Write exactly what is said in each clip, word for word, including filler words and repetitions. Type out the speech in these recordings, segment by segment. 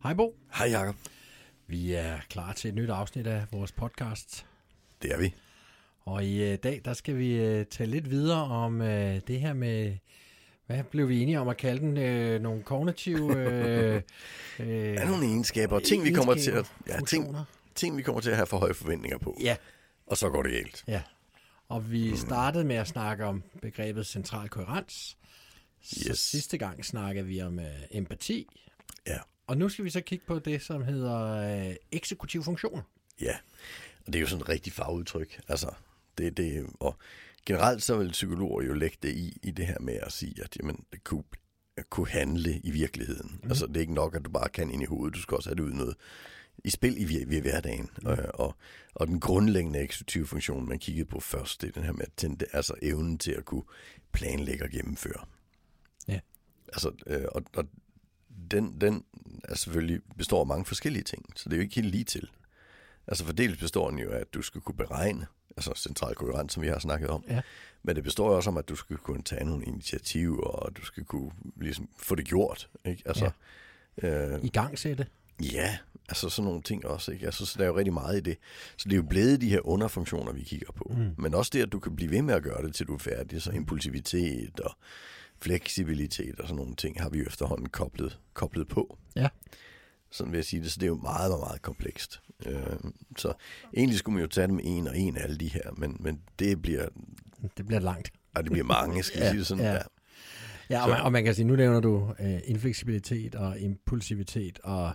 Hej Bo. Hej Jacob. Vi er klar til et nyt afsnit af vores podcast. Det er vi. Og i uh, dag, der skal vi uh, tale lidt videre om uh, det her med, hvad blev vi enige om at kalde den, uh, nogle kognitive... Uh, uh, er nogle egenskaber og ting, vi kommer til at, ja, ting, ting, vi kommer til at have for høje forventninger på. Ja. Og så går det galt. Ja. Og vi startede med at snakke om begrebet central koherens. Så Yes. sidste gang snakkede vi om uh, empati. Ja. Og nu skal vi så kigge på det, som hedder uh, eksekutive funktioner. Ja, og det er jo sådan et rigtig fagudtryk. Altså, det, det, og generelt så vil psykologer jo lægge det i, i det her med at sige, at jamen, det kunne, at kunne handle i virkeligheden. Mm. Altså, det er ikke nok, at du bare kan ind i hovedet. Du skal også have det ud noget i spil i, i hverdagen. Mm. Og, og, og den grundlæggende eksekutive funktion, man kiggede på først, det er den her med at tænde, altså evnen til at kunne planlægge og gennemføre. Ja. Altså, øh, og, og den, den er selvfølgelig består af mange forskellige ting, så det er jo ikke helt lige til. Altså fordelt består den jo af, at du skal kunne beregne, altså central koherens, som vi har snakket om. Ja. Men det består jo også om, at du skal kunne tage nogle initiativer, og du skal kunne ligesom få det gjort. Ikke? Altså, ja. øh, I gang sætte. Ja, altså sådan nogle ting også. Ikke? Altså, så der er jo rigtig meget i det. Så det er jo blevet de her underfunktioner, vi kigger på. Mm. Men også det, at du kan blive ved med at gøre det, til du er færdig. Så impulsivitet og fleksibilitet og sådan nogle ting, har vi jo efterhånden koblet, koblet på. Ja. Sådan vil jeg sige det. Så det er jo meget, meget, meget komplekst. Øh, så egentlig skulle man jo tage dem en og en af alle de her, men, men det bliver... Det bliver langt. Og det bliver mange, skal jeg ja, sige det sådan. Ja, ja. ja og, man, og man kan sige, nu nævner du øh, infleksibilitet og impulsivitet, og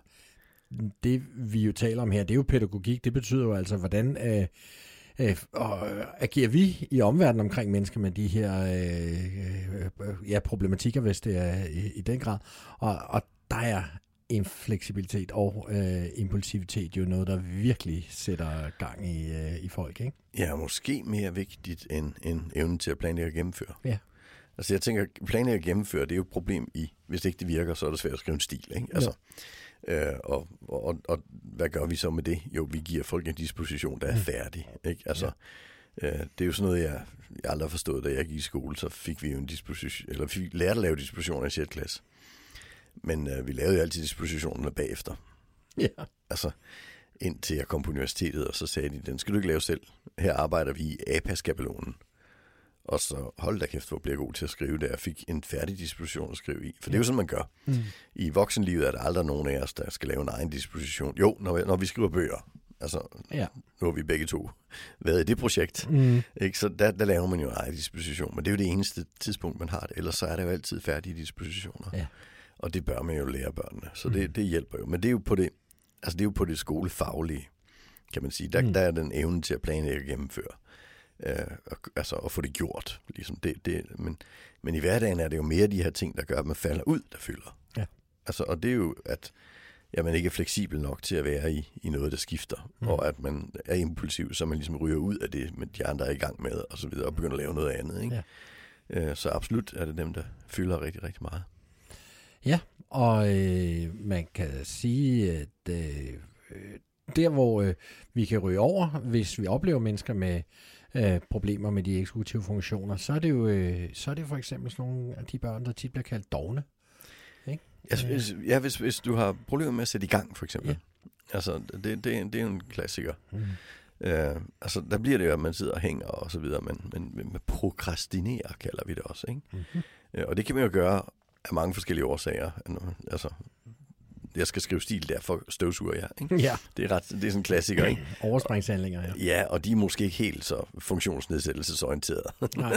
det vi jo taler om her, det er jo pædagogik. Det betyder jo altså, hvordan øh, øh, og, øh, agerer vi i omverdenen omkring mennesker med de her øh, øh, ja, problematikker, hvis det er i, i den grad. Og, og der er infleksibilitet og øh, impulsivitet jo noget, der virkelig sætter gang i, øh, i folk, ikke? Ja, måske mere vigtigt end, end evnen til at planlægge og gennemføre. Ja. Altså jeg tænker, planlægge og gennemføre, det er jo et problem i, hvis ikke det virker, så er det svært at skrive en stil, ikke? Altså, øh, og, og, og hvad gør vi så med det? Jo, vi giver folk en disposition, der er færdig, ikke? Altså, ja. øh, det er jo sådan noget, jeg, jeg aldrig har forstået, da jeg gik i skole, så fik vi jo en disposition, eller vi lærte at lave dispositioner i sjette klasse. Men øh, vi lavede jo altid dispositionerne bagefter. Ja. Altså, indtil jeg kom på universitetet, og så sagde de, den skal du ikke lave selv. Her arbejder vi i A P A-skabelonen. Og så hold da kæft, hvor bliver jeg god til at skrive det. Jeg fik en færdig disposition at skrive i. For det er jo sådan, man gør. Mm. I voksenlivet er der aldrig nogen af os, der skal lave en egen disposition. Jo, når vi, når vi skriver bøger. Altså, ja. Nu har vi begge to været i det projekt. Mm. Ikke? Så der, der laver man jo en egen disposition. Men det er jo det eneste tidspunkt, man har det. Ellers så er der jo altid færdige dispositioner. Ja. Og det bør man jo lære børnene. Så det, mm. det hjælper jo. Men det er jo på det, altså det er jo på det skolefaglige, kan man sige. Der, mm. der er den evne til at planlægge og gennemføre. Øh, og, altså at få det gjort. Ligesom det, det, men, men i hverdagen er det jo mere de her ting, der gør, at man falder ud, der fylder. Ja. Altså, og det er jo, at ja, man ikke er fleksibel nok til at være i, i noget, der skifter. Mm. Og at man er impulsiv, så man ligesom ryger ud af det, men de andre er i gang med, og så videre, og begynder at lave noget andet. Ikke? Ja. Øh, så absolut er det dem, der fylder rigtig, rigtig meget. Ja, og øh, man kan sige, at øh, der hvor øh, vi kan ryge over, hvis vi oplever mennesker med øh, problemer med de eksekutive funktioner, så er det jo øh, så er det for eksempel sådan nogle af de børn, der tit bliver kaldt dovne. Ikke? Ja, hvis, ja hvis, hvis du har problemer med at sætte i gang, for eksempel. Ja. Altså, det, det, det er jo en klassiker. Mm. Øh, altså, der bliver det jo, at man sidder og hænger og så videre, men, men, men prokrastinerer, kalder vi det også. Ikke? Mm-hmm. Øh, og det kan man jo gøre af mange forskellige årsager. Altså, jeg skal skrive stil, derfor støvsuger jeg. Ikke? Ja. Det er ret, det er sådan en klassiker, ikke? Overspringshandlinger, ja. Ja, og de er måske ikke helt så funktionsnedsættelsesorienterede. Nej.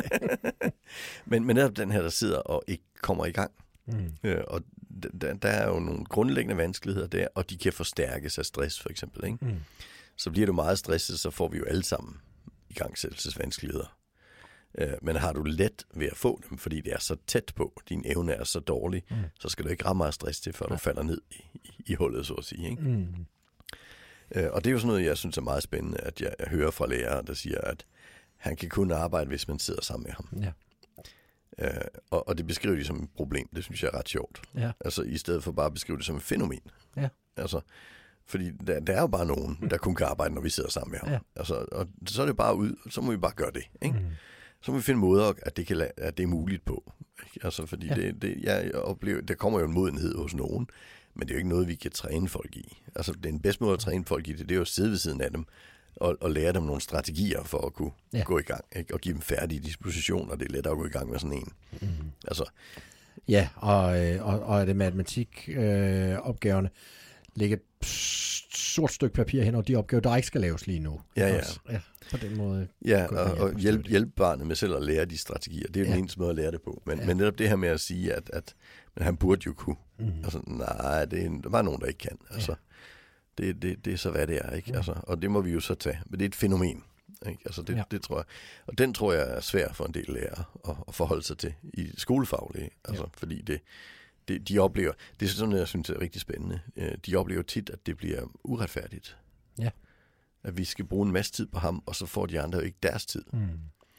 men, men netop den her, der sidder og ikke kommer i gang. Mm. Øh, og der, der er jo nogle grundlæggende vanskeligheder der, og de kan forstærkes af stress, for eksempel. Ikke? Mm. Så bliver du meget stresset, så får vi jo alle sammen igangsættelsesvanskeligheder. Men har du let ved at få dem, fordi det er så tæt på, din evne er så dårlig, mm. så skal du ikke ramme af stress til, før du falder ned i, i, i hullet, så at sige. Ikke? Mm. Øh, og det er jo sådan noget, jeg synes er meget spændende, at jeg, jeg hører fra lærere, der siger, at han kan kun arbejde, hvis man sidder sammen med ham. Ja. Øh, og, og det beskriver de som et problem. Det synes jeg er ret sjovt. Ja. Altså i stedet for bare at beskrive det som et fænomen. Ja. Altså, fordi der, der er jo bare nogen, der kun kan arbejde, når vi sidder sammen med ham. Ja. Altså, og så er det bare ud, så må vi bare gøre det. Ikke? Mm. Så må vi finde måder, at det, kan, at det er muligt på. Ikke? Altså, fordi ja. det, det, jeg oplever, der kommer jo en modenhed hos nogen, Men det er jo ikke noget, vi kan træne folk i. Altså, den bedste måde at træne folk i det, det er jo at sidde ved siden af dem, og, og lære dem nogle strategier for at kunne ja. gå i gang, ikke? Og give dem færdige dispositioner. Det er lettere at gå i gang med sådan en. Mm. Altså. Ja, og, og, og det matematikopgaverne øh, lægger et sort stykke papir hen over de opgaver, der ikke skal laves lige nu. Ja, ja. Også, ja på den måde. Ja, og, og hjælpe hjælp barnet med selv at lære de strategier. Det er jo ja. den eneste måde at lære det på. Men, ja. men netop det her med at sige, at, at men han burde jo kunne. Mm. Altså, nej, det er en, der var nogen, der ikke kan. Altså, ja. det, det, det er så, hvad det er. Ikke? Mm. Altså, og det må vi jo så tage. Men det er et fænomen. Ikke? Altså, det, ja. det tror jeg. Og den tror jeg er svær for en del lærere at, at forholde sig til i skolefaglige. Altså, ja. Fordi det, det, de oplever, det er sådan noget, jeg synes er rigtig spændende. De oplever tit, at det bliver uretfærdigt. Ja. At vi skal bruge en masse tid på ham, og så får de andre jo ikke deres tid. Mm.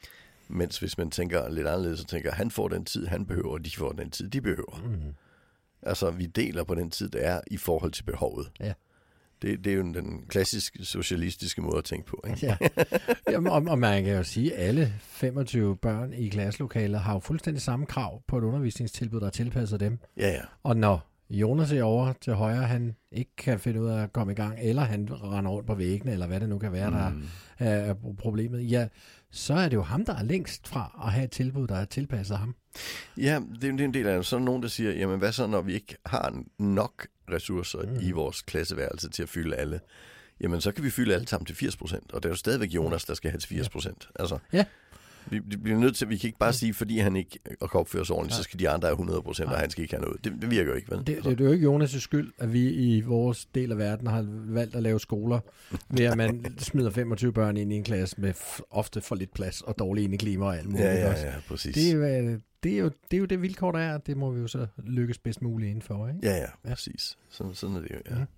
Mens hvis man tænker lidt anderledes, så tænker han får den tid, han behøver, og de får den tid, de behøver. Mm. Altså, vi deler på den tid, der er i forhold til behovet. Ja. Det, det er jo den klassiske socialistiske måde at tænke på. Ikke? Ja. Jamen, og, og man kan jo sige, at alle femogtyve børn i klasselokalet har jo fuldstændig samme krav på et undervisningstilbud, der er tilpasset dem. Ja, ja. Og når Jonas er over til højre, han ikke kan finde ud af at komme i gang, eller han render rundt på væggene, eller hvad det nu kan være, mm. der er problemet, ja, så er det jo ham, der er længst fra at have et tilbud, der er tilpasset ham. Ja, det er en del af det. Så er nogen, der siger, jamen hvad så, når vi ikke har nok ressourcer mm. i vores klasseværelse til at fylde alle? Jamen så kan vi fylde alle sammen til firs procent, og det er jo stadigvæk Jonas, der skal have til firs procent. Altså, ja. Vi, vi bliver nødt til, vi kan ikke bare sige, fordi han ikke kan opføre sig ordentligt, ja. så skal de andre have hundrede procent, og han skal ikke have noget. Det, det virker jo ikke, vel? Det, det, det er jo ikke Jonas' skyld, at vi i vores del af verden har valgt at lave skoler, ved at man smider femogtyve børn ind i en klasse med f- ofte for lidt plads og dårlig indeklima og alt muligt. Ja, ja, ja, præcis. Det er, jo, det, er jo, det er jo det vilkår, der er, det må vi jo så lykkes bedst muligt indenfor, ikke? Ja, ja, ja. præcis. Sådan, sådan er det jo, ja. Mm.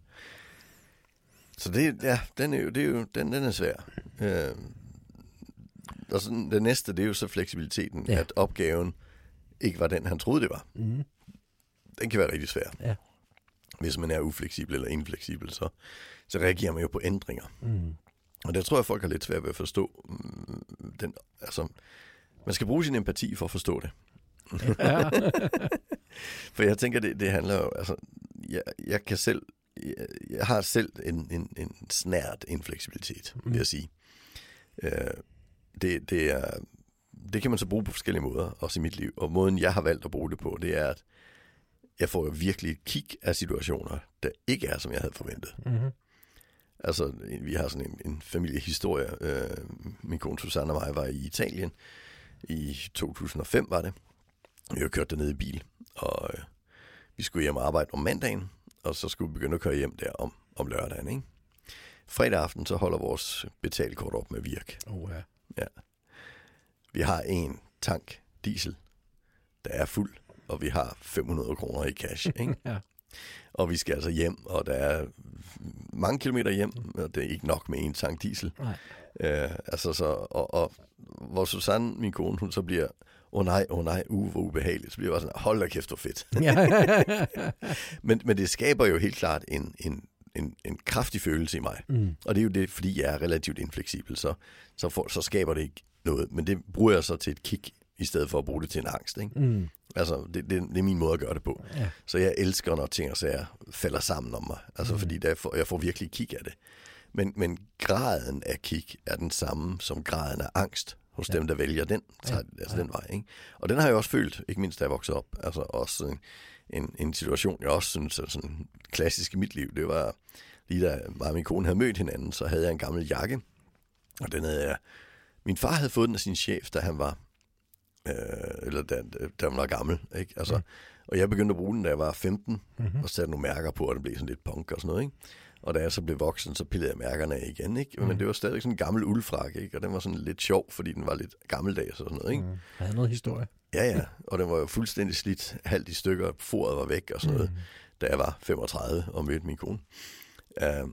Så det, ja, den er jo, det er jo den, den er svær. Øh, Og sådan, det næste, det er jo så fleksibiliteten, ja. at opgaven ikke var den, han troede, det var. Mm. Den kan være rigtig svær. Ja. Hvis man er ufleksibel eller infleksibel, så, så reagerer man jo på ændringer. Mm. Og der tror jeg, folk har lidt svært ved at forstå. Den, altså, man skal bruge sin empati for at forstå det. Ja. For jeg tænker, det, det handler jo... Altså, jeg, jeg kan selv... Jeg, jeg har selv en, en, en snært infleksibilitet, mm. vil jeg sige. Øh, Det, det, er, det kan man så bruge på forskellige måder, også i mit liv. Og måden, jeg har valgt at bruge det på, det er, at jeg får jo virkelig et kig af situationer, der ikke er, som jeg havde forventet. Mm-hmm. Altså, vi har sådan en, en familiehistorie. Øh, min kone Susanne og mig var i Italien i to tusind og fem, var det. Vi har kørt dernede i bil, og øh, vi skulle hjem og arbejde om mandagen, og så skulle vi begynde at køre hjem der om, om lørdagen, ikke? Fredag aften, så holder vores betalkort op med virke. Oh, ja. Ja. Vi har en tank diesel, der er fuld, og vi har fem hundrede kroner i cash, ikke? Ja. Og vi skal altså hjem, og der er mange kilometer hjem, og det er ikke nok med en tank diesel. Nej. Øh, altså så, og, og hvor Susanne, min kone, hun så bliver, åh oh nej, åh oh nej, uh, hvor ubehageligt, så bliver jeg sådan, hold da kæft, hvor fedt. Ja. men, men det skaber jo helt klart en, en En, en kraftig følelse i mig. Mm. Og det er jo det, fordi jeg er relativt infleksibel, så, så, for, så skaber det ikke noget. Men det bruger jeg så til et kick, i stedet for at bruge det til en angst. Ikke? Mm. Altså, det, det, det er min måde at gøre det på. Ja. Så jeg elsker, når ting og sager falder sammen om mig. Altså, mm. fordi der får, jeg får virkelig kick af det. Men, men graden af kick er den samme som graden af angst hos ja. dem, der vælger den, tager, ja. altså ja. den vej. Ikke? Og den har jeg også følt, ikke mindst da jeg voksede op. Altså også en, en situation, jeg også synes er sådan klassisk i mit liv. Det var lige da mig og min kone havde mødt hinanden, så havde jeg en gammel jakke. Og den havde jeg... Min far havde fået den af sin chef, da han var... Øh, eller da, da han var gammel. Ikke? Altså, ja. Og jeg begyndte at bruge den, da jeg var femten, mm-hmm. og satte nogle mærker på, og det blev sådan lidt punk og sådan noget. Ikke? Og da jeg så blev voksen, så pillede jeg mærkerne af igen. Ikke? Men mm. det var stadig sådan en gammel uldfrak, ikke? Og den var sådan lidt sjov, fordi den var lidt gammeldags og sådan noget. Ikke? Mm. Jeg havde noget historie. Ja, ja. Og den var jo fuldstændig slidt, halvt i stykker, foret var væk og sådan noget, mm. da jeg var femogtredive og mødte min kone. Uh,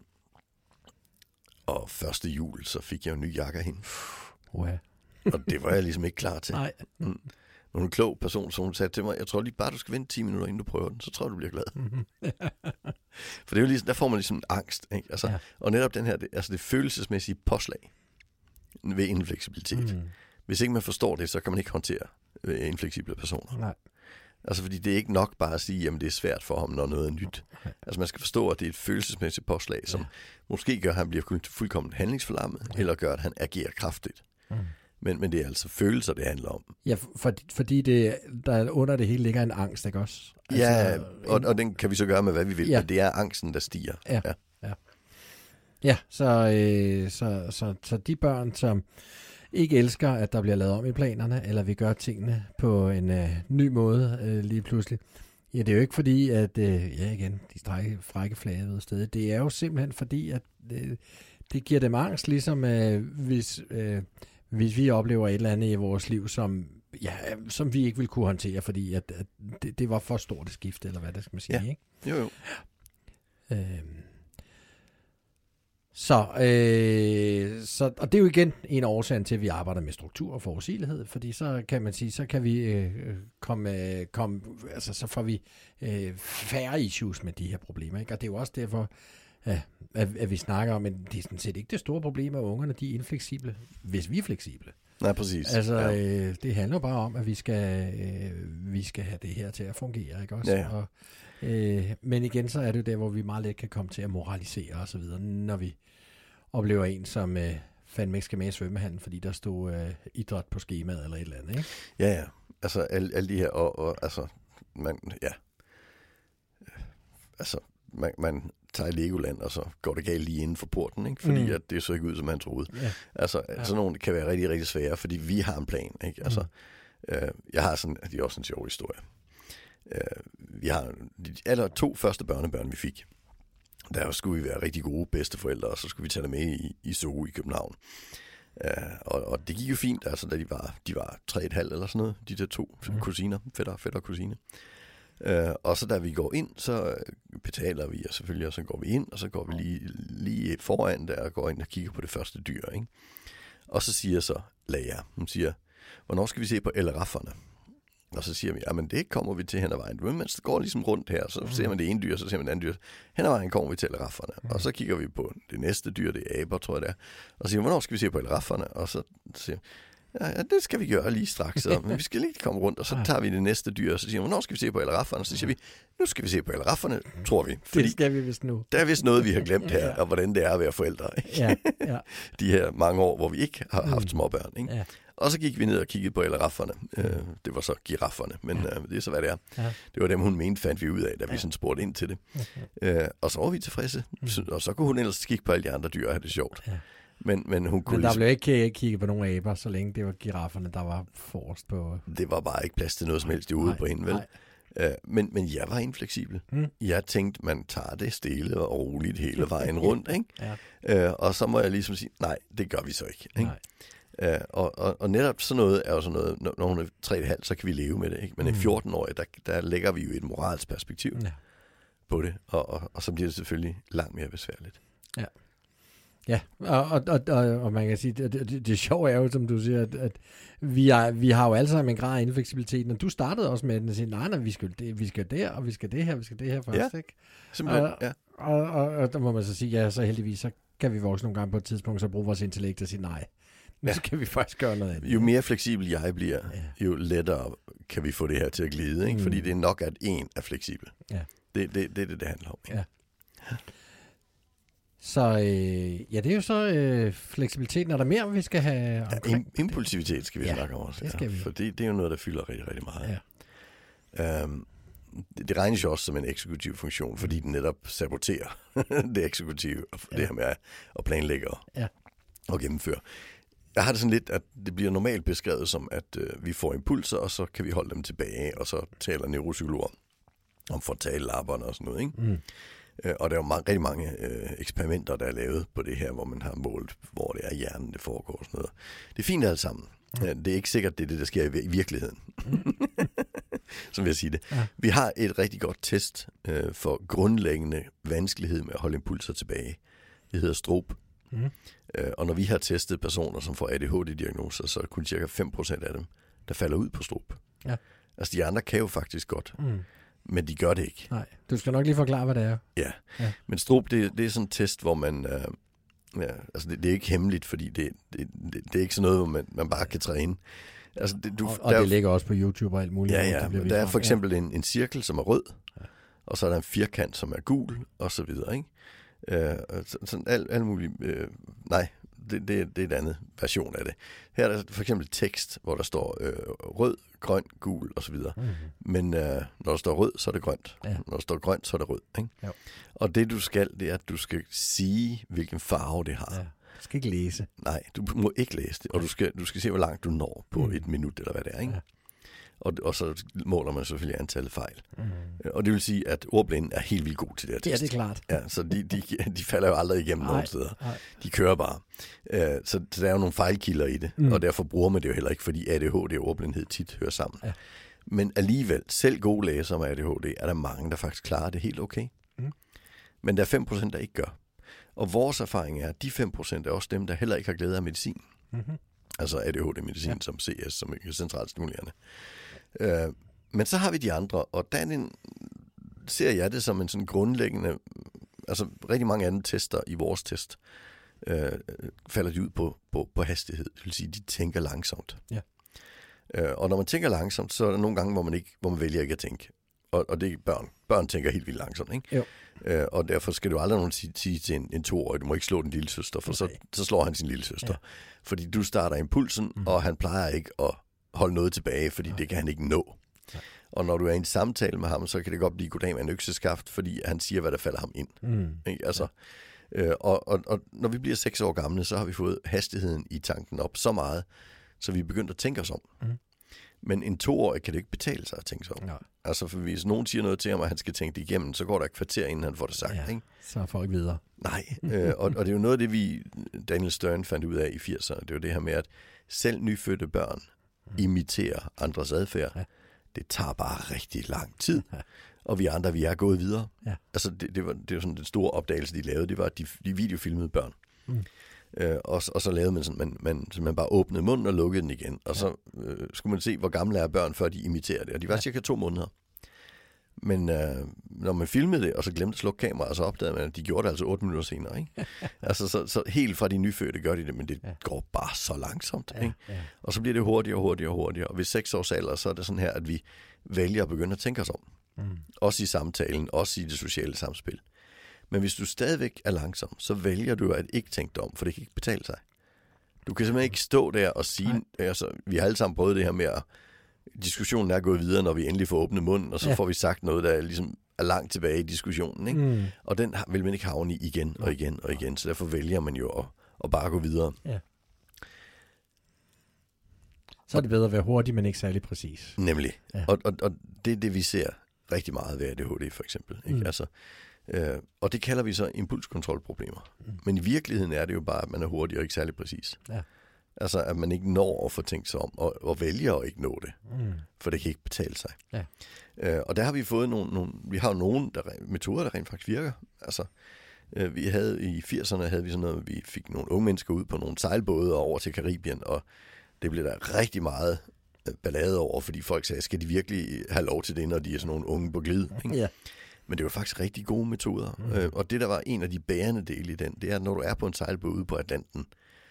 og første jul, så fik jeg en ny jakke af hende. Wow. Og det var jeg ligesom ikke klar til. Nej. Mm. Når en klog person, så hun sagde til mig, jeg tror lige bare, du skal vente ti minutter, inden du prøver den, så tror jeg, du bliver glad. Mm-hmm. For det er jo ligesom, der får man ligesom angst. Ikke? Altså, ja. Og netop den her, det, altså det følelsesmæssige påslag ved infleksibilitet. Mm. Hvis ikke man forstår det, så kan man ikke håndtere infleksible personer. Nej. Altså, fordi det er ikke nok bare at sige, at det er svært for ham, når noget er nyt. Okay. Altså, man skal forstå, at det er et følelsesmæssigt påslag, som ja. måske gør, at han bliver fuldkommen handlingsforlammet, ja. eller gør, at han agerer kraftigt. Mm. Men, men det er altså følelser, det handler om. Ja, for, fordi det, der under det hele ligger en angst, ikke også? Altså, ja, og, og den kan vi så gøre med, hvad vi vil, ja. men det er angsten, der stiger. Ja, ja. ja. ja så, øh, så, så, så de børn, som ikke elsker, at der bliver lavet om i planerne, eller vi gør tingene på en øh, ny måde øh, lige pludselig, ja, det er jo ikke fordi, at, øh, ja igen, de strække, frække flage ved stedet. Det er jo simpelthen fordi, at øh, det giver dem angst, ligesom øh, hvis... Øh, hvis vi oplever et eller andet i vores liv, som, ja, som vi ikke vil kunne håndtere, fordi at, at det, det var for stort et skifte, eller hvad det skal man sige, ja. ikke? Jo, jo. Øhm. Så, øh, så, og det er jo igen en af årsagen til, at vi arbejder med struktur og forudsigelighed, fordi så kan man sige, så kan vi øh, komme, komme, altså så får vi øh, færre issues med de her problemer, ikke? Og det er jo også derfor, Ja, at, at vi snakker om, men det er sådan set ikke det store problem, at ungerne de er infleksible, hvis vi er fleksible. Nej, præcis. Altså, ja. øh, det handler bare om, at vi skal, øh, vi skal have det her til at fungere, ikke også? Ja. Og, øh, men igen, så er det jo der, hvor vi meget let kan komme til at moralisere og så videre, når vi oplever en, som øh, fandme ikke skal med i svømmehallen, fordi der stod øh, idræt på skemaet eller et eller andet, ikke? Ja, ja. Altså, alle, alle de her, og, og altså, man, ja. Altså, man, man tager i Legoland, og så går det galt lige inden for porten, ikke? Fordi mm. at det så ikke ud, som han troede. Ja. Altså, ja. Sådan nogle kan være rigtig, rigtig svære, fordi vi har en plan, ikke? Altså, mm. øh, jeg har sådan, det er også en sjov historie. Øh, vi har de aller to første børnebørn, vi fik. Der skulle vi være rigtig gode bedsteforældre, og så skulle vi tage dem med i, i Zoo i København. Øh, og, og det gik jo fint, altså, da de var, de var tre et halvt eller sådan noget, de der to mm. kusiner, fætter, fætter og kusine. Uh, og så da vi går ind, så betaler vi, og selvfølgelig, og så går vi ind, og så går vi lige, lige foran der og går ind og kigger på det første dyr, ikke? Og så siger så Lea, hun siger, hvornår skal vi se på elrafferne? Og så siger vi, jamen det kommer vi til hen ad vejen. Men det går ligesom rundt her, så ser man det ene dyr, så ser man det andet dyr. Hen ad vejen kommer vi til elrafferne, og så kigger vi på det næste dyr, det er aber, tror jeg det er. Og så siger, hvornår skal vi se på elrafferne? Og så siger Ja, ja, det skal vi gøre lige straks, så. Men vi skal lige komme rundt, og så tager vi det næste dyr, og så siger vi, hvornår skal vi se på elrafferne? Så siger vi, nu skal vi se på elrafferne, tror vi. Fordi det skal vi vist nu. Der er vist noget, vi har glemt her, og hvordan det er at være forældre. Ikke? Ja, ja. De her mange år, hvor vi ikke har haft småbørn. Ikke? Ja. Og så gik vi ned og kiggede på elrafferne. Det var så girafferne, men ja. det er så, hvad det er. Ja. Det var dem, hun mente, fandt vi ud af, da vi sådan spurgte ind til det. Okay. Og så var vi tilfredse, og så kunne hun ellers kigge på alle de andre dyr og have det sjovt. Ja. Men, men, hun kunne men der ligesom... blev ikke kigget på nogle aber, så længe det var girafferne, der var forrest på... Det var bare ikke plads til noget som helst i ude på hende, vel? Uh, men, men jeg var infleksibel. Mm. Jeg tænkte, man tager det stille og roligt hele vejen rundt, ikke? Ja. Uh, og så må jeg ligesom sige, nej, det gør vi så ikke. ikke? Uh, og, og, og netop sådan noget er jo sådan noget, når hun er tre komma fem, så kan vi leve med det, ikke? Men mm. i fjorten-årige, der, der lægger vi jo et moralsk perspektiv ja. på det, og, og, og så bliver det selvfølgelig langt mere besværligt. Ja. Ja, og, og, og, og man kan sige, det, det, det sjove er jo, som du siger, at, at vi, er, vi har jo alle sammen en grad af infleksibilitet, og du startede også med den og sige, nej, nej, vi skal, det, vi skal der, og vi skal det her, vi skal det her først, ja, ikke? Simpelthen, og, ja. Og, og, og der må man så sige, ja, så heldigvis, så kan vi vokse nogle gange på et tidspunkt, så bruge vores intellekt og sige, nej, nu ja. skal vi faktisk gøre noget andet. Jo mere fleksibel jeg bliver, ja. jo lettere kan vi få det her til at glide, ikke? Mm. Fordi det er nok, at en er fleksibel. Ja. Det er det, det, det, det handler om, ikke? Ja. Så øh, ja, det er jo så øh, fleksibiliteten. Er der mere, vi skal have omkring? Ja, impulsivitet skal vi ja, snakke om også. Det skal ja, vi. For det, det er jo noget, der fylder rigtig, rigtig meget. Ja. Um, det, det regnes jo også som en eksekutiv funktion, fordi den netop saboterer det eksekutive, og ja. det her med at planlægge og, ja. og gennemføre. Jeg har det sådan lidt, at det bliver normalt beskrevet som, at øh, vi får impulser, og så kan vi holde dem tilbage, og så taler neuropsykologer om fortalellapperne og sådan noget, ikke? Mm. Og der er jo mange, rigtig mange øh, eksperimenter, der er lavet på det her, hvor man har målt, hvor det er i hjernen, det foregår og sådan noget. Det er fint alt sammen. Mm. Det er ikke sikkert, det er det, der sker i virkeligheden. Mm. Som vil jeg sige det. Ja. Vi har et rigtig godt test øh, for grundlæggende vanskelighed med at holde impulser tilbage. Det hedder STROB. Mm. Øh, og når vi har testet personer, som får A D H D-diagnoser, så er det kun cirka fem procent af dem, der falder ud på STROB. Ja. Altså de andre kan jo faktisk godt. Mm. Men de gør det ikke. Nej, du skal nok lige forklare, hvad det er. Ja, ja. Men STROB, det, det er sådan en test, hvor man... Øh, ja, altså det, det er ikke hemmeligt, fordi det, det, det, det er ikke sådan noget, hvor man, man bare kan træne. Altså, det, du, og og der, det ligger også på YouTube og alt muligt. Ja, ja. Det Der er for eksempel ja. en, en cirkel, som er rød, ja. og så er der en firkant, som er gul, og så videre, ikke? Øh, sådan alt, alt muligt. Øh, nej, det, det, det er en anden version af det. Her er der for eksempel tekst, hvor der står øh, rød, grøn, gul og så videre. Mm-hmm. Men øh, når der står rød, så er det grønt. Ja. Når der står grønt, så er det rød. Ikke? Ja. Og det du skal, det er, at du skal sige, hvilken farve det har. Ja. Du skal ikke læse. Nej, du må ikke læse det. Og du skal, du skal se, hvor langt du når på mm. et minut, eller hvad det er. Ikke? Ja. Og, og så måler man selvfølgelig antallet fejl. Mm. Og det vil sige, at ordblinde er helt vildt god til det her test. Ja, det er klart. Ja, så de, de, de falder jo aldrig igennem nej, nogen steder. Nej. De kører bare. Uh, så, så der er jo nogle fejlkilder i det, mm. og derfor bruger man det jo heller ikke, fordi A D H D og ordblindhed tit hører sammen. Ja. Men alligevel, selv gode læsere med A D H D, er der mange, der faktisk klarer det helt okay. Mm. Men der er fem procent, der ikke gør. Og vores erfaring er, at de fem procent er også dem, der heller ikke har glæde af medicin. Mm-hmm. Altså A D H D-medicin ja. som C S, som er centralt stimulerende. Uh, men så har vi de andre, og der en, ser jeg det som en sådan grundlæggende, altså rigtig mange andre tester i vores test, uh, falder de ud på, på, på hastighed. Det vil sige, de tænker langsomt. Ja. Uh, og når man tænker langsomt, så er der nogle gange, hvor man, ikke, hvor man vælger ikke at tænke. Og, og det er børn. Børn tænker helt vildt langsomt, ikke? Jo. Uh, og derfor skal du aldrig nogen sige, sige til en, en toårig, du må ikke slå din lille søster, for okay. så, så slår han sin lille søster. Ja. Fordi du starter impulsen, mm. og han plejer ikke at holde noget tilbage, fordi okay. det kan han ikke nå. Ja. Og når du er i en samtale med ham, så kan det godt blive goddag med en økseskaft, fordi han siger, hvad der falder ham ind. Mm. Ikke? Altså, ja. øh, og, og, og når vi bliver seks år gamle, så har vi fået hastigheden i tanken op så meget, så vi er begyndt at tænke os om. Mm. Men en toårig kan det ikke betale sig at tænke sig om. Ja. Altså, for hvis nogen siger noget til ham, at han skal tænke det igennem, så går der et kvarter, inden han får det sagt. Ja, ikke? Så er folk videre. Nej, øh, og, og det er jo noget af det, vi Daniel Stern fandt ud af i firserne. Det er jo det her med, at selv nyfødte børn imiterer andres adfærd. Ja. Det tager bare rigtig lang tid. Ja. Og vi andre, vi er gået videre. Ja. Altså, det, det var det var sådan den store opdagelse, de lavede. Det var, at de, de videofilmede børn. Mm. Øh, og, og så lavede man sådan, man, man, så man bare åbnede munden og lukkede den igen. Og ja. så øh, skulle man se, hvor gamle er børn, før de imiterer det. Og de var ja. cirka to måneder. Men øh, når man filmede det, og så glemte at slukke kameraet, så opdagede man, at de gjorde det altså otte minutter senere. Ikke? altså, så, så helt fra de nyfødte gør de det, men det ja. går bare så langsomt. Ja, ikke? Ja. Og så bliver det hurtigere og hurtigere og hurtigere. Og ved seks års alder, så er det sådan her, at vi vælger at begynde at tænke os om. Mm. Også i samtalen, også i det sociale samspil. Men hvis du stadigvæk er langsom, så vælger du at ikke tænke dig om, for det kan ikke betale sig. Du kan simpelthen ikke stå der og sige, altså, vi har alle sammen prøvet det her med at diskussionen er gået videre, når vi endelig får åbnet munden, og så ja. får vi sagt noget, der ligesom er langt tilbage i diskussionen. Ikke? Mm. Og den vil man ikke havne i igen og igen og igen, så derfor vælger man jo at, at bare gå videre. Ja. Så er det bedre at være hurtig, men ikke særlig præcis. Nemlig. Ja. Og, og, og det er det, vi ser rigtig meget ved A D H D for eksempel. Ikke? Mm. Altså, øh, og det kalder vi så impulskontrolproblemer. Mm. Men i virkeligheden er det jo bare, at man er hurtig og ikke særlig præcis. Ja. Altså, at man ikke når at få tænkt sig om, og, og vælger at ikke nå det. Mm. For det kan ikke betale sig. Ja. Øh, og der har vi fået nogle, nogle vi har jo nogle der, metoder, der rent faktisk virker. Altså, øh, vi havde i firserne, havde vi sådan noget, vi fik nogle unge mennesker ud på nogle sejlbåde over til Karibien, og det blev der rigtig meget ballade over, fordi folk sagde, skal de virkelig have lov til det, når de er sådan nogle unge på glid? Ikke? Ja. Men det var faktisk rigtig gode metoder. Mm. Øh, og det, der var en af de bærende dele i den, det er, at når du er på en sejlbåd ude på Atlanten,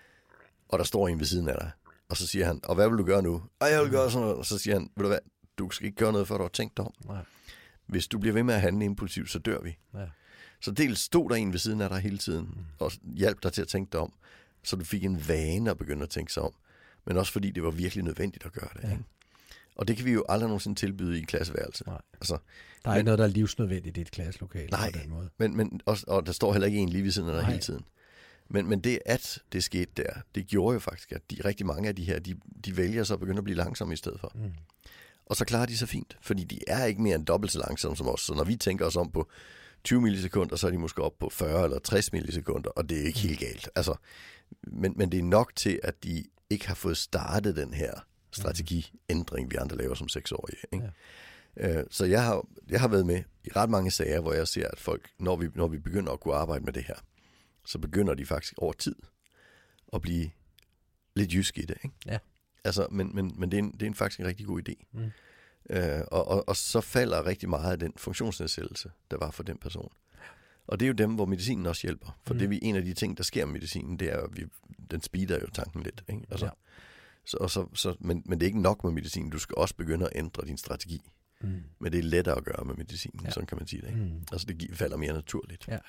og der står en ved siden af dig, og så siger han, og hvad vil du gøre nu? Og jeg vil gøre sådan noget. Og så siger han, ved du hvad, du skal ikke gøre noget, før du har tænkt dig om. Nej. Hvis du bliver ved med at handle impulsivt, så dør vi. Ja. Så dels stod der en ved siden af dig hele tiden, mm. og hjalp dig til at tænke dig om, så du fik en vane at begynde at tænke sig om, men også fordi det var virkelig nødvendigt at gøre det. Ja. Ikke? Og det kan vi jo aldrig nogensinde tilbyde i en klasseværelse. Nej. Altså, der er men, ikke noget, der er livsnødvendigt i et klasselokale. Nej, på den måde. Men, men også, og der står heller ikke en lige ved siden af dig hele tiden. Men, men det, at det skete der, det gjorde jo faktisk, at de rigtig mange af de her, de, de vælger så at begynde at blive langsomme i stedet for. Mm. Og så klarer de sig fint, fordi de er ikke mere end dobbelt så langsomme som os. Så når vi tænker os om på tyve millisekunder, så er de måske op på fyrre eller tres millisekunder, og det er ikke helt galt. Altså, men, men det er nok til, at de ikke har fået startet den her strategiændring, vi andre laver som seksårige. Ikke? Ja. Så jeg har, jeg har været med i ret mange sager, hvor jeg ser, at folk, når vi, når vi begynder at kunne arbejde med det her, så begynder de faktisk over tid at blive lidt jysk i det. Ikke? Ja. Altså, men men, men det, er en, det er en faktisk en rigtig god idé. Mm. Øh, og, og, og så falder rigtig meget af den funktionsnedsættelse, der var for den person. Og det er jo dem, hvor medicinen også hjælper. For mm. det er en af de ting, der sker med medicinen, det er, at vi, den speeder jo tanken lidt. Ikke? Altså, Så, og så, så, men, men det er ikke nok med medicin. Du skal også begynde at ændre din strategi. Mm. Men det er lettere at gøre med medicin, ja. Sådan kan man sige det. Ikke? Mm. Altså det falder mere naturligt. Ja.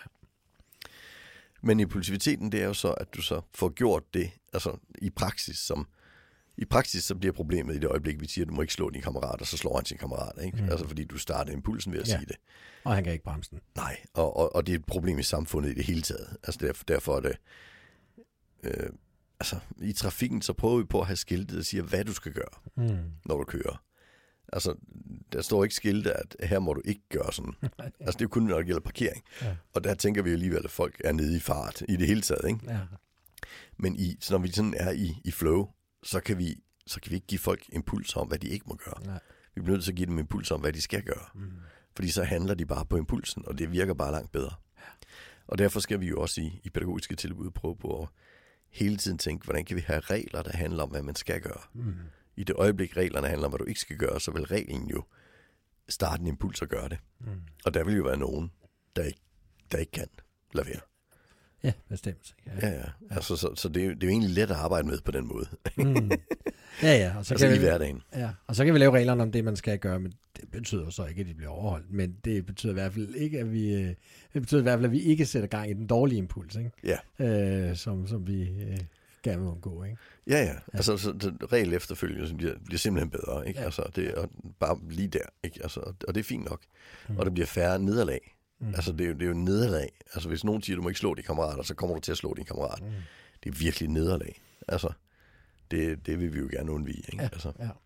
Men impulsiviteten, det er jo så, at du så får gjort det, altså i praksis, som i praksis så bliver problemet i det øjeblik, vi siger, at du må ikke slå din kammerat, og så slår han sin kammerat, ikke? Mm. Altså fordi du starter impulsen ved at ja. sige det. Og han kan ikke bremse den. Nej, og, og, og det er et problem i samfundet i det hele taget. Altså derfor, derfor er det, øh, altså i trafikken, så prøver vi på at have skiltet, der siger, hvad du skal gøre, mm. når du kører. Altså, der står ikke skilte, at her må du ikke gøre sådan. Altså, det er jo kun, når det gælder parkering. Ja. Og der tænker vi jo alligevel, at folk er nede i fart i det hele taget, ikke? Ja. Men i, så når vi sådan er i, i flow, så kan, vi, så kan vi ikke give folk impulser om, hvad de ikke må gøre. Ja. Vi bliver nødt til at give dem impulser om, hvad de skal gøre. Mm. Fordi så handler de bare på impulsen, og det virker bare langt bedre. Ja. Og derfor skal vi jo også i, i pædagogiske tilbud prøve på at hele tiden tænke, hvordan kan vi have regler, der handler om, hvad man skal gøre. Mm. I det øjeblik, reglerne handler om, hvad du ikke skal gøre, så vil reglen jo starte en impuls og gøre det. Mm. Og der vil jo være nogen, der ikke, der ikke kan lade være. Ja, bestemt. Ja, ja. ja. Altså, så, så det, er jo, det er jo egentlig let at arbejde med på den måde. Mm. Ja, ja. Og så altså kan i vi, hverdagen. Ja, og så kan vi lave reglerne om det, man skal gøre, men det betyder jo så ikke, at de bliver overholdt. Men det betyder i hvert fald ikke, at vi, det betyder i hvert fald, at vi ikke sætter gang i den dårlige impuls, ikke? Ja. Øh, som, som vi øh, gerne vil undgå, ikke? Ja, ja. Altså, så, så regel efterfølgende bliver, bliver simpelthen bedre, ikke? Ja. Altså, det er bare lige der, ikke? Altså, og det er fint nok. Mm. Og der bliver færre nederlag. Mm. Altså, det er, jo, det er jo nederlag. Altså, hvis nogen siger, du må ikke slå dine kammerater, så kommer du til at slå din kammerat. Mm. Det er virkelig nederlag. Altså, det, det vil vi jo gerne undvige, ikke? Ja, altså. ja.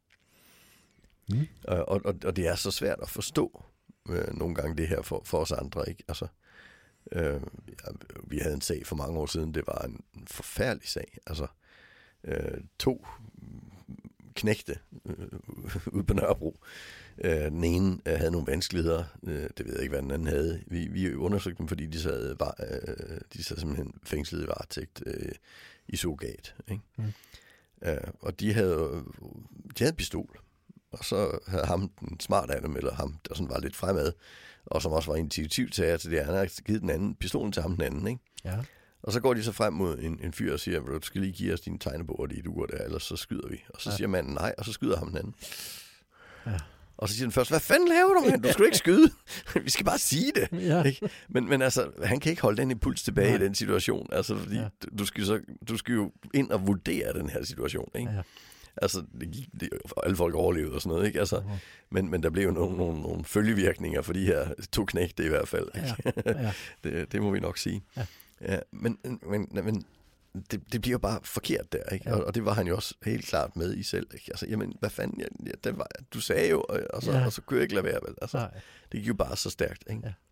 Mm. Og, og, og det er så svært at forstå øh, nogle gange det her for, for os andre, ikke? Altså, øh, vi havde en sag for mange år siden, det var en forfærdelig sag. Altså, øh, to knægte øh, ude på Nørrebro. Øh, den ene øh, havde nogle vanskeligheder, øh, det ved jeg ikke, hvad den anden havde. Vi, vi undersøgte dem, fordi de sad, var, øh, de sad simpelthen fængslet i varetægt øh, i surrogat, ikke? Mm. Øh, og de havde, de havde pistol. Og så havde ham, den smart af dem, eller ham, der sådan var lidt fremad, og som også var initiativtager til det, han havde givet den anden pistolen til ham den anden, ikke? Ja. Og så går de så frem mod en, en fyr og siger, du skal lige give os dine tegnebog og dit ur der, ellers så skyder vi. Og så ja. siger manden nej, og så skyder ham den anden. Ja. Og så siger den først, hvad fanden laver du, mand? Du skal ikke skyde. Vi skal bare sige det. Ja. Ikke? Men, men altså, han kan ikke holde den impuls tilbage ja. i den situation, altså fordi ja. du, skal så, du skal jo ind og vurdere den her situation, ikke? Ja. Altså, det gik, det, alle folk overlevede og sådan noget, ikke? Altså, uh-huh. men, men der blev jo nogle, nogle, nogle følgevirkninger for de her to knægte i hvert fald, ikke? Ja. Ja. det, det må vi nok sige. Ja. Ja, men men, men det, det bliver jo bare forkert der, ikke? Ja. Og, og det var han jo også helt klart med i selv, ikke? Altså, jamen, hvad fanden, ja, ja, det var, du sagde jo, og, og, så, ja. og så kunne jeg ikke lade være, vel? Altså, nej. Det gik jo bare så stærkt, ikke? Ja.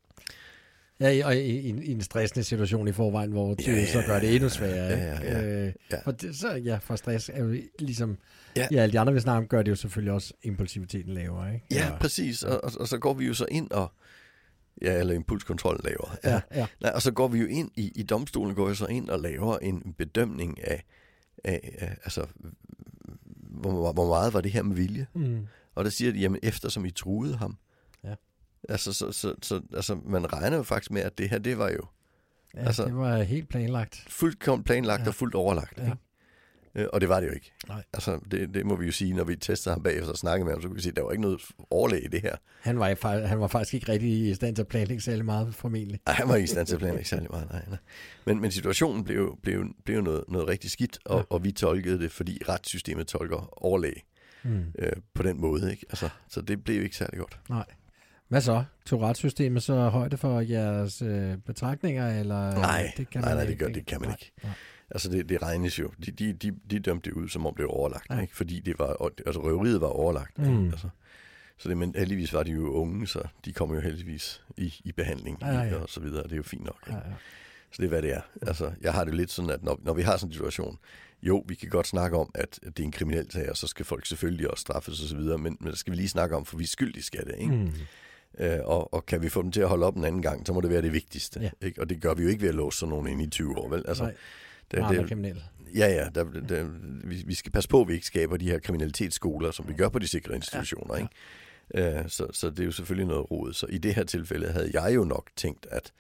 Ja, og i, i, i en stressende situation i forvejen, hvor det ja, ja, så gør det endnu sværere. Ja, ja, ja, øh, ja. For det, så ja, for stress er jo ligesom, ja, ja alle de andre vi snakker om, gør det jo selvfølgelig også impulsiviteten lavere, ikke? Ja, og, præcis, og, og, og så går vi jo så ind og, ja, eller impulskontrollen lavere. Ja, ja. Ja. Nej, og så går vi jo ind i, i domstolen, går vi så ind og laver en bedømning af, af, af altså, hvor, hvor meget var det her med vilje? Mm. Og der siger de, jamen eftersom I truede ham, Altså, så, så, så, altså, man regner jo faktisk med, at det her, det var jo... Ja, altså, det var helt planlagt. Fuldt planlagt ja. og fuldt overlagt. Ja. Ikke? Øh, og det var det jo ikke. Nej. Altså, det, det må vi jo sige, når vi tester ham bagefter og snakker med ham, så kan vi sige, at der var ikke noget overlæg i det her. Han var, han var faktisk ikke rigtig i stand til at planlægge særlig meget, formentlig. Nej, han var ikke i stand til at planlægge særlig meget, nej. nej. Men, men situationen blev, blev, blev noget, noget rigtig skidt, og, ja. og vi tolkede det, fordi retssystemet tolker overlæg mm. øh, på den måde. Ikke? Altså, så det blev ikke særlig godt. Nej. Hvad så? Tog retssystemet så højde for jeres øh, betragtninger? Eller? Nej, det kan nej, man nej, ikke. det, gør, det kan man nej, ikke. Nej. Altså, det, det regnes jo. De, de, de, de dømte det ud, som om det var overlagt. Ja. Ikke? Fordi det var, altså, røveriet var overlagt. Mm. Altså, så det, men heldigvis var de jo unge, så de kom jo heldigvis i, i behandling ja, ja. og så videre. Det er jo fint nok. Ja, ja. Så det er, hvad det er. Altså, jeg har det lidt sådan, at når, når vi har sådan en situation, jo, vi kan godt snakke om, at det er en kriminel sag, og så skal folk selvfølgelig også straffes og så videre, men, men det skal vi lige snakke om, for vi er skyldige skal det, ikke? Mm. Øh, og, og kan vi få dem til at holde op en anden gang, så må det være det vigtigste. Ja. Ikke? Og det gør vi jo ikke ved at låse sådan nogen ind i tyve år, vel? Altså, nej, det, det er kriminelle. Ja, ja. Der, der, vi, vi skal passe på, at vi ikke skaber de her kriminalitetsskoler, som vi gør på de sikre institutioner, ja. Ikke? Øh, så, så det er jo selvfølgelig noget rod. Så i det her tilfælde havde jeg jo nok tænkt, at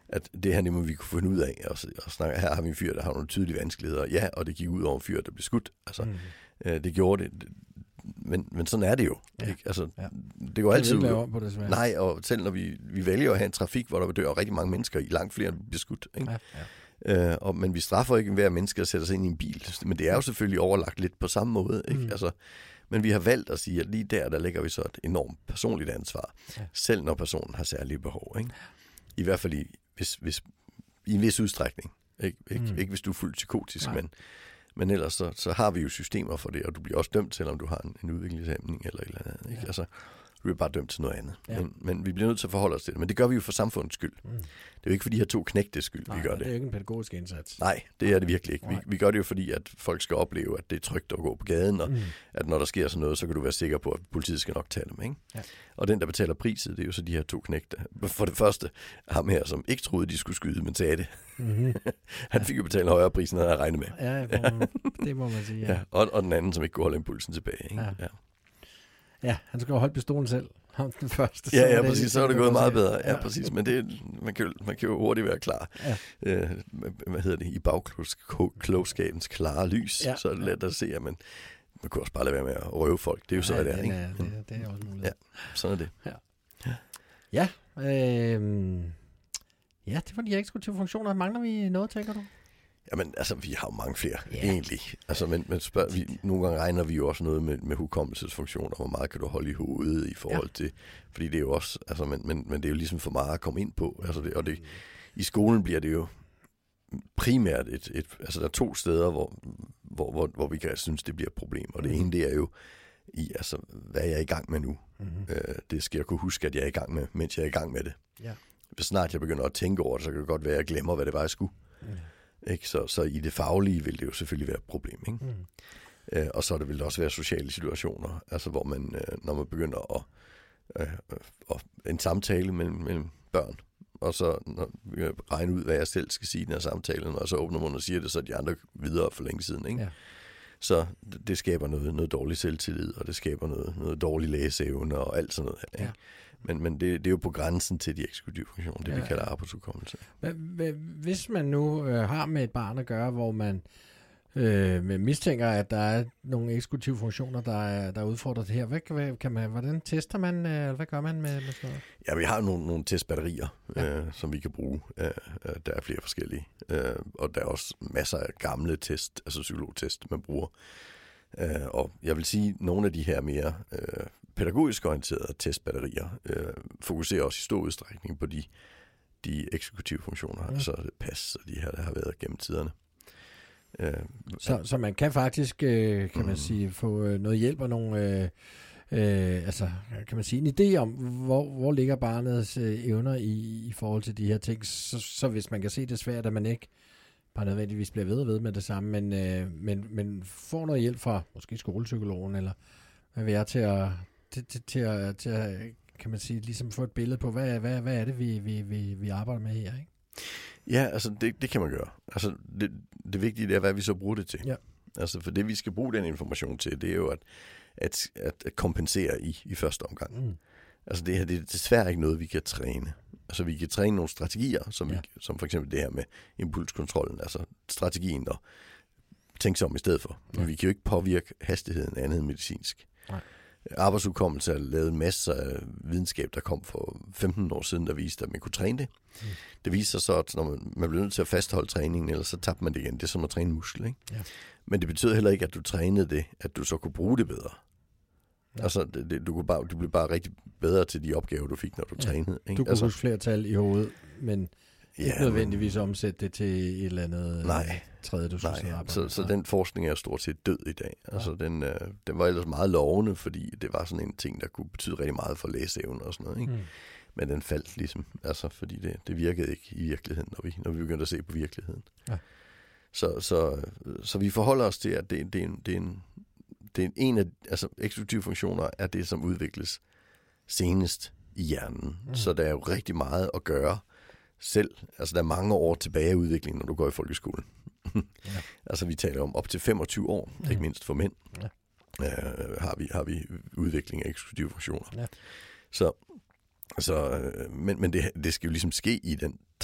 at det her, det må vi kunne finde ud af, og, og snakke, her har vi en fyr, der har nogle tydelige vanskeligheder, ja, og det gik ud over en fyr, der blev skudt, altså, mm. øh, det gjorde det, men, men sådan er det jo, ja. Ikke? Altså, ja. Det går altid ud. Om på det, nej, og selv når vi, vi vælger at have en trafik, hvor der dør rigtig mange mennesker i, langt flere, end bliver skudt, ikke? Ja, ja. Øh, og, men vi straffer ikke hver menneske at sætte sig ind i en bil, men det er jo selvfølgelig overlagt lidt på samme måde, ikke? Mm. Altså, men vi har valgt at sige, at lige der, der lægger vi så et enormt personligt ansvar, ja. Selv når personen har særlige behov, ikke? I hvert fald i, hvis, hvis, i en vis udstrækning. Ikke, ikke, mm. ikke hvis du er fuldt psykotisk, men, men ellers så, så har vi jo systemer for det, og du bliver også dømt, selvom du har en, en udviklingshæmning eller et eller andet. Ikke? Ja. Altså, du bliver bare dømt til noget andet. Ja. Men, men vi bliver nødt til at forholde os til det. Men det gør vi jo for samfundets skyld. Mm. Det er jo ikke for de her to knægtes skyld, nej, vi gør det. det er jo ikke en pædagogisk indsats. Nej, det er det virkelig ikke. Vi, vi gør det jo fordi, at folk skal opleve, at det er trygt at gå på gaden, og mm. at når der sker sådan noget, så kan du være sikker på, at politiet skal nok tage dem. Ikke? Ja. Og den, der betaler priset, det er jo så de her to knægte. For det første, ham her, som ikke troede, de skulle skyde, men sagde det. Mm-hmm. Han fik jo betalt højere pris, end han havde regnet med. Ja, det må man sige. Ja. Ja, og, og den anden, som ikke kunne holde impulsen tilbage. Ikke? Ja. Ja. Ja, han skal jo holde pistolen selv. Ham den første. Ja, ja, præcis. Så er det gået meget bedre. Ja, ja, præcis. Men det, man, kan, man kan jo hurtigt være klar. Ja. Øh, hvad hedder det? I bagklogskabens klare lys. Ja. Så er det let at se, at man, man kunne også bare lade være med at røve folk. Det er jo ja, så, det er, ikke? Er, det, det er også muligt. Ja, sådan er det. Ja, ja, øh, ja det var de eksekutive funktioner. Mangler vi noget, tænker du? Jamen, altså, vi har jo mange flere, yeah. egentlig. Altså, men, men spørg, vi, nogle gange regner vi jo også noget med, med hukommelsesfunktioner. Hvor meget kan du holde i hovedet i forhold ja. til... Fordi det er jo også... Altså, men, men, men det er jo ligesom for meget at komme ind på. Altså, det, og det, i skolen bliver det jo primært et... et altså, der er to steder, hvor, hvor, hvor, hvor vi kan synes, det bliver et problem. Og det ene, det er jo i, altså, hvad er jeg i gang med nu? Mm-hmm. Øh, det skal jeg kunne huske, at jeg er i gang med, mens jeg er i gang med det. Ja. Hvis snart jeg begynder at tænke over det, så kan det godt være, at jeg glemmer, hvad det var, jeg skulle. Mm. Ikke? Så, så i det faglige vil det jo selvfølgelig være et problem. Ikke? Mm. Øh, og så vil det også være sociale situationer, altså hvor man, øh, når man begynder at, øh, øh, en samtale mellem, mellem børn, og så når vi regner ud, hvad jeg selv skal sige i den her samtale, og så åbner man og siger det, så de andre videre for længe siden. Ikke? Ja. Så det, det skaber noget, noget dårlig selvtillid, og det skaber noget, noget dårlig læseevne og alt sådan noget her. Ikke? Ja. Men, men det, det er jo på grænsen til de eksekutive funktioner, det ja. vi kalder arbejdsudkommelse. Hvis man nu øh, har med et barn at gøre, hvor man øh, mistænker, at der er nogle eksekutive funktioner, der er, der er udfordret her, hvad, hvad, kan man, hvordan tester man, øh, hvad gør man med, med sådan noget? Ja, vi har nogle, nogle testbatterier, ja. øh, som vi kan bruge. Øh, der er flere forskellige, øh, og der er også masser af gamle test, altså psykologtest, man bruger. Øh, og jeg vil sige, at nogle af de her mere... Øh, pædagogisk orienterede testbatterier øh, fokuserer også i stor udstrækning på de, de eksekutive funktioner, ja. Altså pas og de her, der har været gennem tiderne. Øh, så, så man kan faktisk, øh, kan man mm. sige, få øh, noget hjælp og nogle, øh, øh, altså kan man sige, en idé om, hvor, hvor ligger barnets øh, evner i, i forhold til de her ting, så, så hvis man kan se det svært, at man ikke bare nødvendigvis bliver ved og ved med det samme, men, øh, men, men får noget hjælp fra måske skolepsykologen, eller hvad ved jeg, til at Til, til, til, at, til at, kan man sige, ligesom få et billede på, hvad, hvad, hvad er det, vi, vi, vi, vi arbejder med her, ikke? Ja, altså det, det kan man gøre. Altså det, det vigtige er, hvad vi så bruger det til. Ja. Altså for det, vi skal bruge den information til, det er jo at, at, at kompensere i, i første omgang. Mm. Altså det her, det er desværre ikke noget, vi kan træne. Altså vi kan træne nogle strategier, som, ja. vi, som for eksempel det her med impulskontrollen, altså strategien og tænke sig om i stedet for. Ja. Men vi kan jo ikke påvirke hastigheden andet end medicinsk. Nej. Arbejdsudkommelse har lavet en masse af videnskab, der kom for femten år siden, der viste, at man kunne træne det. Mm. Det viser sig så, at når man, man bliver nødt til at fastholde træningen, ellers så tabte man det igen. Det er som at træne muskel, ikke? Ja. Men det betyder heller ikke, at du trænede det, at du så kunne bruge det bedre. Ja. Altså, det, det, du, kunne bare, du blev bare rigtig bedre til de opgaver, du fik, når du ja. trænede. Ikke? Du kunne altså, huske flere tal i hovedet, men ikke ja, nødvendigvis omsætte det til et eller andet nej, tredje, du skulle nej, så, så den forskning er stort set død i dag. Ja. Altså, den, øh, den var ellers meget lovende, fordi det var sådan en ting, der kunne betyde rigtig meget for læseevne og sådan noget. Ikke? Mm. Men den faldt ligesom, altså, fordi det, det virkede ikke i virkeligheden, når vi, når vi begyndte at se på virkeligheden. Ja. Så, så, så vi forholder os til, at det, det, er, en, det, er, en, det er en af, altså eksekutive funktioner er det, som udvikles senest i hjernen. Mm. Så der er jo rigtig meget at gøre selv. Altså der er mange år tilbage i udviklingen, når du går i folkeskolen. Ja. Altså vi taler om op til femogtyve år, mm. ikke mindst for mænd, ja. øh, har, vi, har vi udvikling af eksekutive funktioner. Ja. Så, så, men men det, det skal jo ligesom ske i den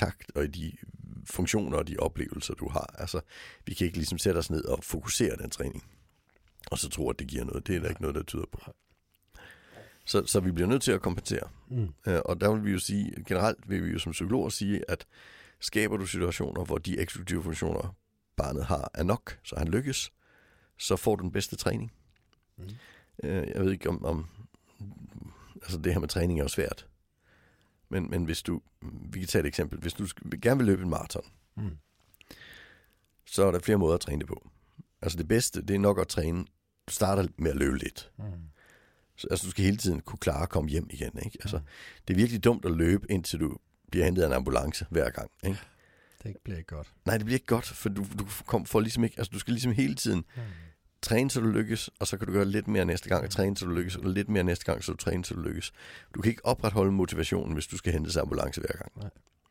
takt og i de funktioner og de oplevelser, du har. Altså, vi kan ikke ligesom sætte os ned og fokusere den træning, og så tro, at det giver noget. Det er der ikke noget, der tyder på. Så, så vi bliver nødt til at kompensere. Mm. Øh, og der vil vi jo sige, generelt vil vi jo som psykologer sige, at skaber du situationer, hvor de eksekutive funktioner, barnet har, er nok, så han lykkes, så får du den bedste træning. Mm. Øh, jeg ved ikke om, om... Altså det her med træning er jo svært. Men, men hvis du... Vi kan tage et eksempel. Hvis du gerne vil løbe en maraton, mm. så er der flere måder at træne det på. Altså det bedste, det er nok at træne. Du starter med at løbe lidt. Mm. Så, altså du skal hele tiden kunne klare at komme hjem igen. Ikke? Altså, mm. Det er virkelig dumt at løbe, indtil du bliver hentet af en ambulance hver gang. Ikke? Det bliver ikke godt. Nej, det bliver ikke godt, for du, du kom, får ligesom ikke... Altså du skal ligesom hele tiden... Mm. Træne, så du lykkes, og så kan du gøre lidt mere næste gang, og træne, så du lykkes, og lidt mere næste gang, så du træner, så du lykkes. Du kan ikke opretholde motivationen, hvis du skal hente sig ambulance hver gang. Nej.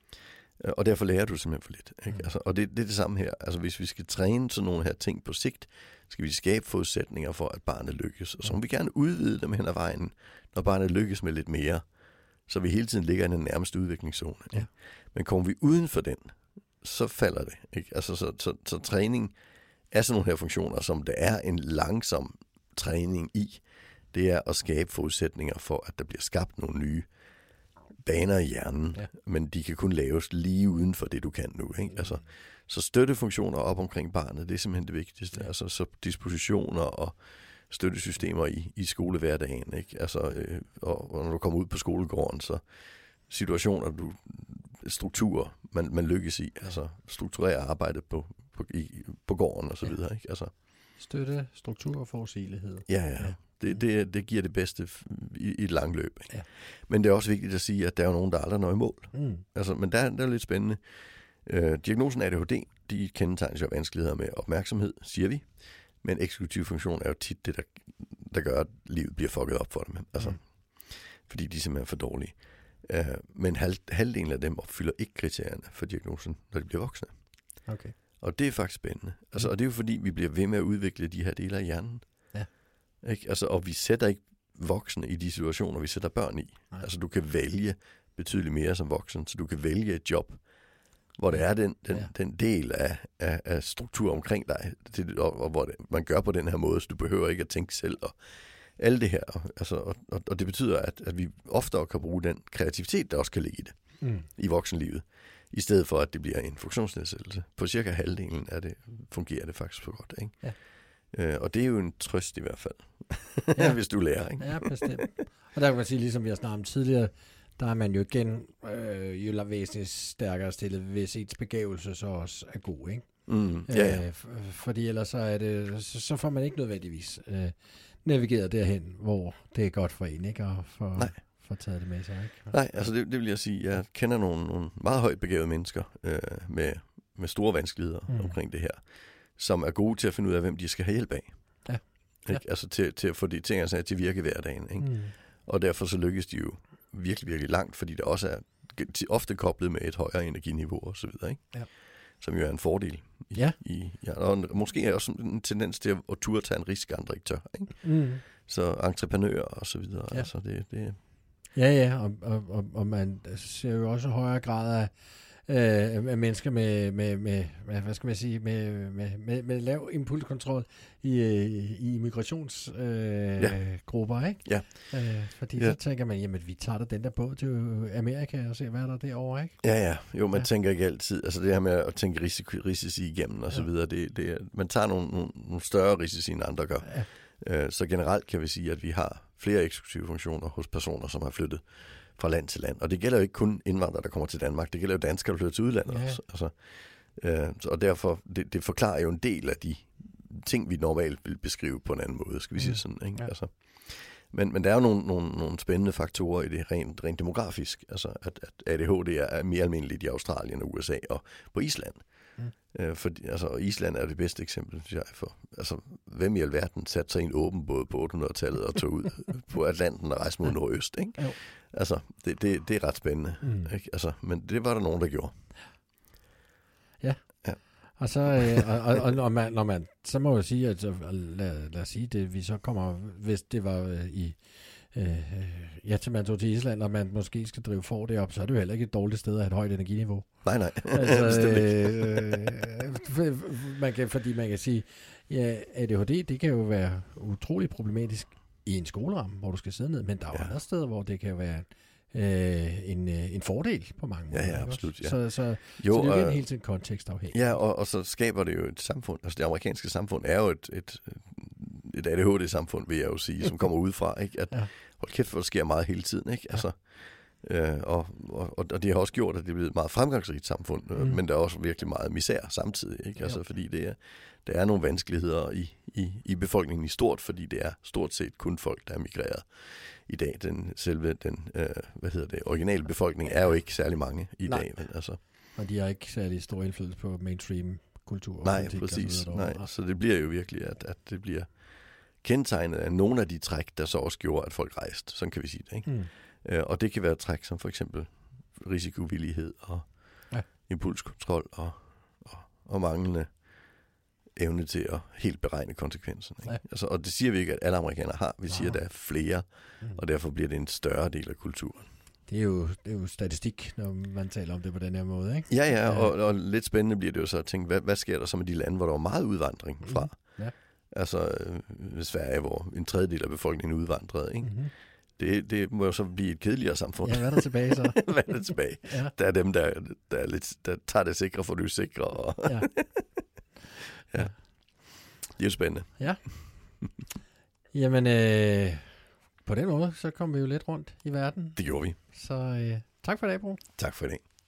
Og derfor lærer du simpelthen for lidt. Ikke? Mm. Altså, og det, det er det samme her. Altså, hvis vi skal træne sådan nogle her ting på sigt, skal vi skabe forudsætninger for, at barnet lykkes. Og så må vi gerne udvide dem hen ad vejen, når barnet lykkes med lidt mere, så vi hele tiden ligger i den nærmeste udviklingszone. Ja. Men kommer vi uden for den, så falder det. Ikke? Altså, så, så, så træning er sådan nogle her funktioner, som der er en langsom træning i, det er at skabe forudsætninger for, at der bliver skabt nogle nye baner i hjernen, ja. Men de kan kun laves lige uden for det, du kan nu. Ikke? Altså, så støttefunktioner op omkring barnet, det er simpelthen det vigtigste. Ja. Altså, så dispositioner og støttesystemer i, i skolehverdagen. Ikke? Altså, øh, og, og når du kommer ud på skolegården, så situationer, du, strukturer, man, man lykkes i. Altså, strukturere arbejdet på På, i, på gården og så videre, ikke? Altså, støtte, struktur og forudsigelighed. Ja, ja. ja. Det, det, det giver det bedste i, i et langt løb. Ikke? Ja. Men det er også vigtigt at sige, at der er jo nogen, der aldrig når i mål. Mm. Altså, men der, der er lidt spændende. Øh, diagnosen A D H D, de kendetegnes jo af vanskeligheder med opmærksomhed, siger vi. Men eksekutiv funktion er jo tit det, der, der gør, at livet bliver fucket op for dem. Altså, mm. Fordi de simpelthen er for dårlige. Øh, men halv, halvdelen af dem opfylder ikke kriterierne for diagnosen, når de bliver voksne. Okay. Og det er faktisk spændende. Altså, og det er jo fordi, vi bliver ved med at udvikle de her dele af hjernen. Ja. Ikke? Altså, og vi sætter ikke voksne i de situationer, vi sætter børn i. Nej. Altså, du kan vælge betydeligt mere som voksen, så du kan vælge et job, hvor det er den, den, ja. den del af, af, af struktur omkring dig, det, og, og hvor det, man gør på den her måde, så du behøver ikke at tænke selv, og alle det her. Altså, og, og, og det betyder, at, at vi oftere kan bruge den kreativitet, der også kan ligge i det, mm. i voksenlivet, i stedet for, at det bliver en funktionsnedsættelse. På cirka halvdelen af det fungerer det faktisk for godt. Ikke? Ja. Øh, og det er jo en trøst i hvert fald, ja. Hvis du lærer. Ikke? Ja, bestemt. Og der kan man sige, ligesom vi har snakket om tidligere, der er man jo igen øh, jo væsentligt stærkere stillet, hvis ens begævelse så også er god. Ikke? Mm, ja, ja. Øh, f- fordi ellers så, er det, så, så får man ikke nødvendigvis øh, navigeret derhen, hvor det er godt for en, ikke? Og for, Nej. for taget det med sig. Ikke? Nej, altså det, det vil jeg sige. Jeg kender nogle, nogle meget højt begavede mennesker øh, med, med store vanskeligheder mm. omkring det her, som er gode til at finde ud af, hvem de skal have hjælp af. Ja. Ikke? Ja. Altså til, til at få de ting altså, til at virke i hverdagen. Ikke? Mm. Og derfor så lykkes de jo virkelig, virkelig langt, fordi der også er ofte koblet med et højere energiniveau og så videre, ikke? Ja. Som jo er en fordel. I, ja. I, ja. Og måske er også en tendens til at turde tage en risk, andre ikke tør. Ikke? Mm. Så entreprenører og så videre. Ja. Altså det, det Ja, ja, og, og, og, og man ser jo også højere grad af, øh, af mennesker med, med, med, med, hvad skal man sige, med, med, med, med lav impulskontrol i, i immigrationsgrupper, øh, ja. Ikke? Ja. Øh, fordi ja. Så tænker man, jamen vi tager da den der båd til Amerika og ser, hvad er der derovre, ikke? Ja, ja. Jo, man ja. tænker ikke altid, altså det her med at tænke risici, risici igennem og så videre, det, det, man tager nogle, nogle, nogle større risici, end andre gør. Ja. Så generelt kan vi sige, at vi har flere eksekutive funktioner hos personer, som har flyttet fra land til land. Og det gælder jo ikke kun indvandrere, der kommer til Danmark. Det gælder jo danskere, der flytter til udlandet ja. også. Altså, øh, og derfor, det, det forklarer jo en del af de ting, vi normalt vil beskrive på en anden måde, skal vi sige sådan. Ikke? Ja. Altså, men, men der er jo nogle, nogle, nogle spændende faktorer i det rent, rent demografisk. Altså, at, at A D H D er mere almindeligt i Australien og U S A og på Island. Mm. Øh, for, altså, Island er det bedste eksempel, synes jeg. For, altså, hvem i alverden satte sig i en åben båd på otte hundrede-tallet og tog ud på Atlanten og rejste mod nordøst, ikke? Jo. Altså, det, det, det er ret spændende. Mm. Ikke? Altså, men det var der nogen, der gjorde. Ja. Ja. Og så, øh, og, og, og når, man, når man, så må jeg sige, at lad, lad os sige, det vi så kommer, hvis det var øh, i øh, ja, til man tog til Island, og man måske skal drive for deroppe, så er det jo heller ikke et dårligt sted at have et højt energiniveau. Nej, nej. Altså, øh, man kan, fordi man kan sige, ja, A D H D, det kan jo være utrolig problematisk i en skoleramme, hvor du skal sidde ned, men der er jo ja. andre steder, hvor det kan være øh, en, en fordel på mange måder. Ja, ja, absolut. Ja. Så, så, jo, så det er jo øh, helt til kontekstafhængigt. Ja, og, og så skaber det jo et samfund. Altså det amerikanske samfund er jo et, et, et A D H D-samfund, vil jeg jo sige, som kommer udefra. Ikke? At, ja. Hold kæft, hvor der sker meget hele tiden. Ikke? Altså, ja. øh, og, og, og det har også gjort, at det er blevet et meget fremgangsrigt samfund, mm. men der er også virkelig meget misær samtidig. Ikke? Altså, fordi det er, der er nogle vanskeligheder i, i, i befolkningen i stort, fordi det er stort set kun folk, der er migreret i dag. Den selve den, øh, hvad hedder det, originale befolkning er jo ikke særlig mange i Nej. dag. Men altså. Og de har ikke særlig stor indflydelse på mainstream kultur. Nej, præcis. Så, Nej. så det bliver jo virkelig, at, at det bliver kendetegnet af nogle af de træk, der så også gjorde, at folk rejste. Sådan kan vi sige det. Ikke? Mm. Øh, og det kan være træk som for eksempel risikovillighed og ja. impulskontrol og, og, og manglende evne til at helt beregne konsekvenserne. Ikke? Ja. Altså, og det siger vi ikke, at alle amerikanere har. Vi siger, at der er flere, mm. og derfor bliver det en større del af kulturen. Det er, jo, det er jo statistik, når man taler om det på den her måde, ikke? Ja, ja, og, og lidt spændende bliver det jo så at tænke, hvad, hvad sker der så med de lande, hvor der var meget udvandring fra? Mm. Ja. Altså øh, Sverige, hvor en tredjedel af befolkningen udvandrede, ikke? Mm-hmm. Det, det må jo så blive et kedeligere samfund. Ja, hvad er der tilbage så? Hvad er der tilbage? Ja. Der er dem, der, der, er lidt, der tager det sikre for det sikre. Og ja. ja. Det er jo spændende. Ja. Jamen, øh, på den måde, så kom vi jo lidt rundt i verden. Det gjorde vi. Så øh, tak for i dag, Bro. Tak for i dag.